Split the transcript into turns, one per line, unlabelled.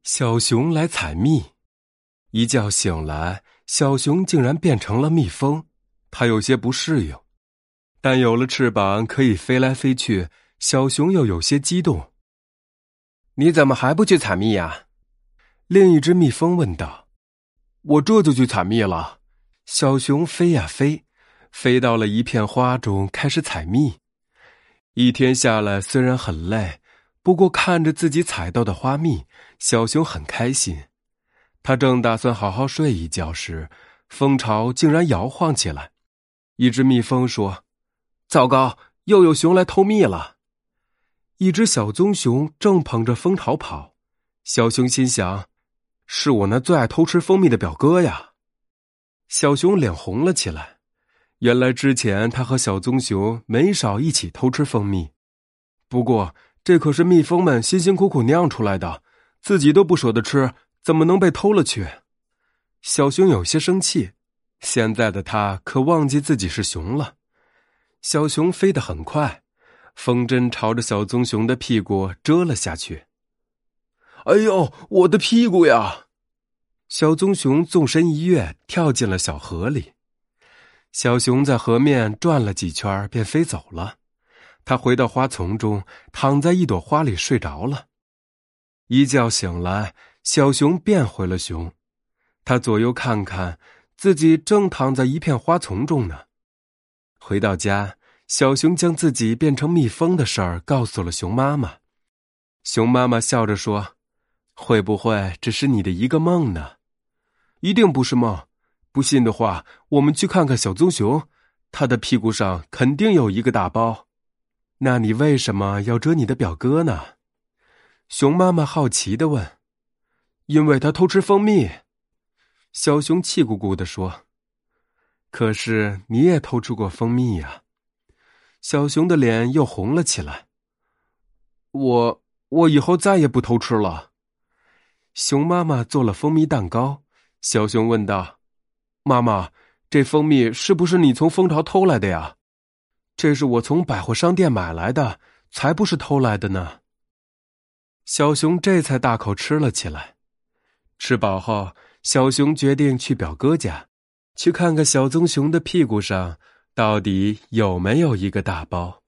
小熊来采蜜。一觉醒来，小熊竟然变成了蜜蜂，它有些不适应。但有了翅膀可以飞来飞去，小熊又有些激动。
你怎么还不去采蜜呀？
另一只蜜蜂问道。
我这就去采蜜了。
小熊飞呀飞，飞到了一片花中，开始采蜜。一天下来虽然很累，不过看着自己采到的花蜜，小熊很开心。他正打算好好睡一觉时，蜂巢竟然摇晃起来。一只蜜蜂说：
糟糕，又有熊来偷蜜了。
一只小棕熊正捧着蜂巢跑，小熊心想，
是我那最爱偷吃蜂蜜的表哥呀。
小熊脸红了起来，原来之前他和小棕熊没少一起偷吃蜂蜜，不过这可是蜜蜂们辛辛苦苦酿出来的，自己都不舍得吃，怎么能被偷了去？小熊有些生气，现在的他可忘记自己是熊了。小熊飞得很快，风筝朝着小棕熊的屁股遮了下去。
哎呦，我的屁股呀！
小棕熊纵身一跃，跳进了小河里。小熊在河面转了几圈便飞走了。他回到花丛中，躺在一朵花里睡着了。一觉醒来，小熊变回了熊。他左右看看，自己正躺在一片花丛中呢。回到家，小熊将自己变成蜜蜂的事儿告诉了熊妈妈。熊妈妈笑着说：会不会只是你的一个梦呢？一定不是梦，不信的话，我们去看看小棕熊，它的屁股上肯定有一个大包。那你为什么要蛰你的表哥呢？熊妈妈好奇地问。
因为他偷吃蜂蜜。
小熊气鼓鼓地说。可是你也偷吃过蜂蜜呀。小熊的脸又红了起来。
我以后再也不偷吃了。
熊妈妈做了蜂蜜蛋糕，小熊问道：妈妈，这蜂蜜是不是你从蜂巢偷来的呀？这是我从百货商店买来的，才不是偷来的呢。小熊这才大口吃了起来。吃饱后，小熊决定去表哥家，去看看小棕熊的屁股上到底有没有一个大包。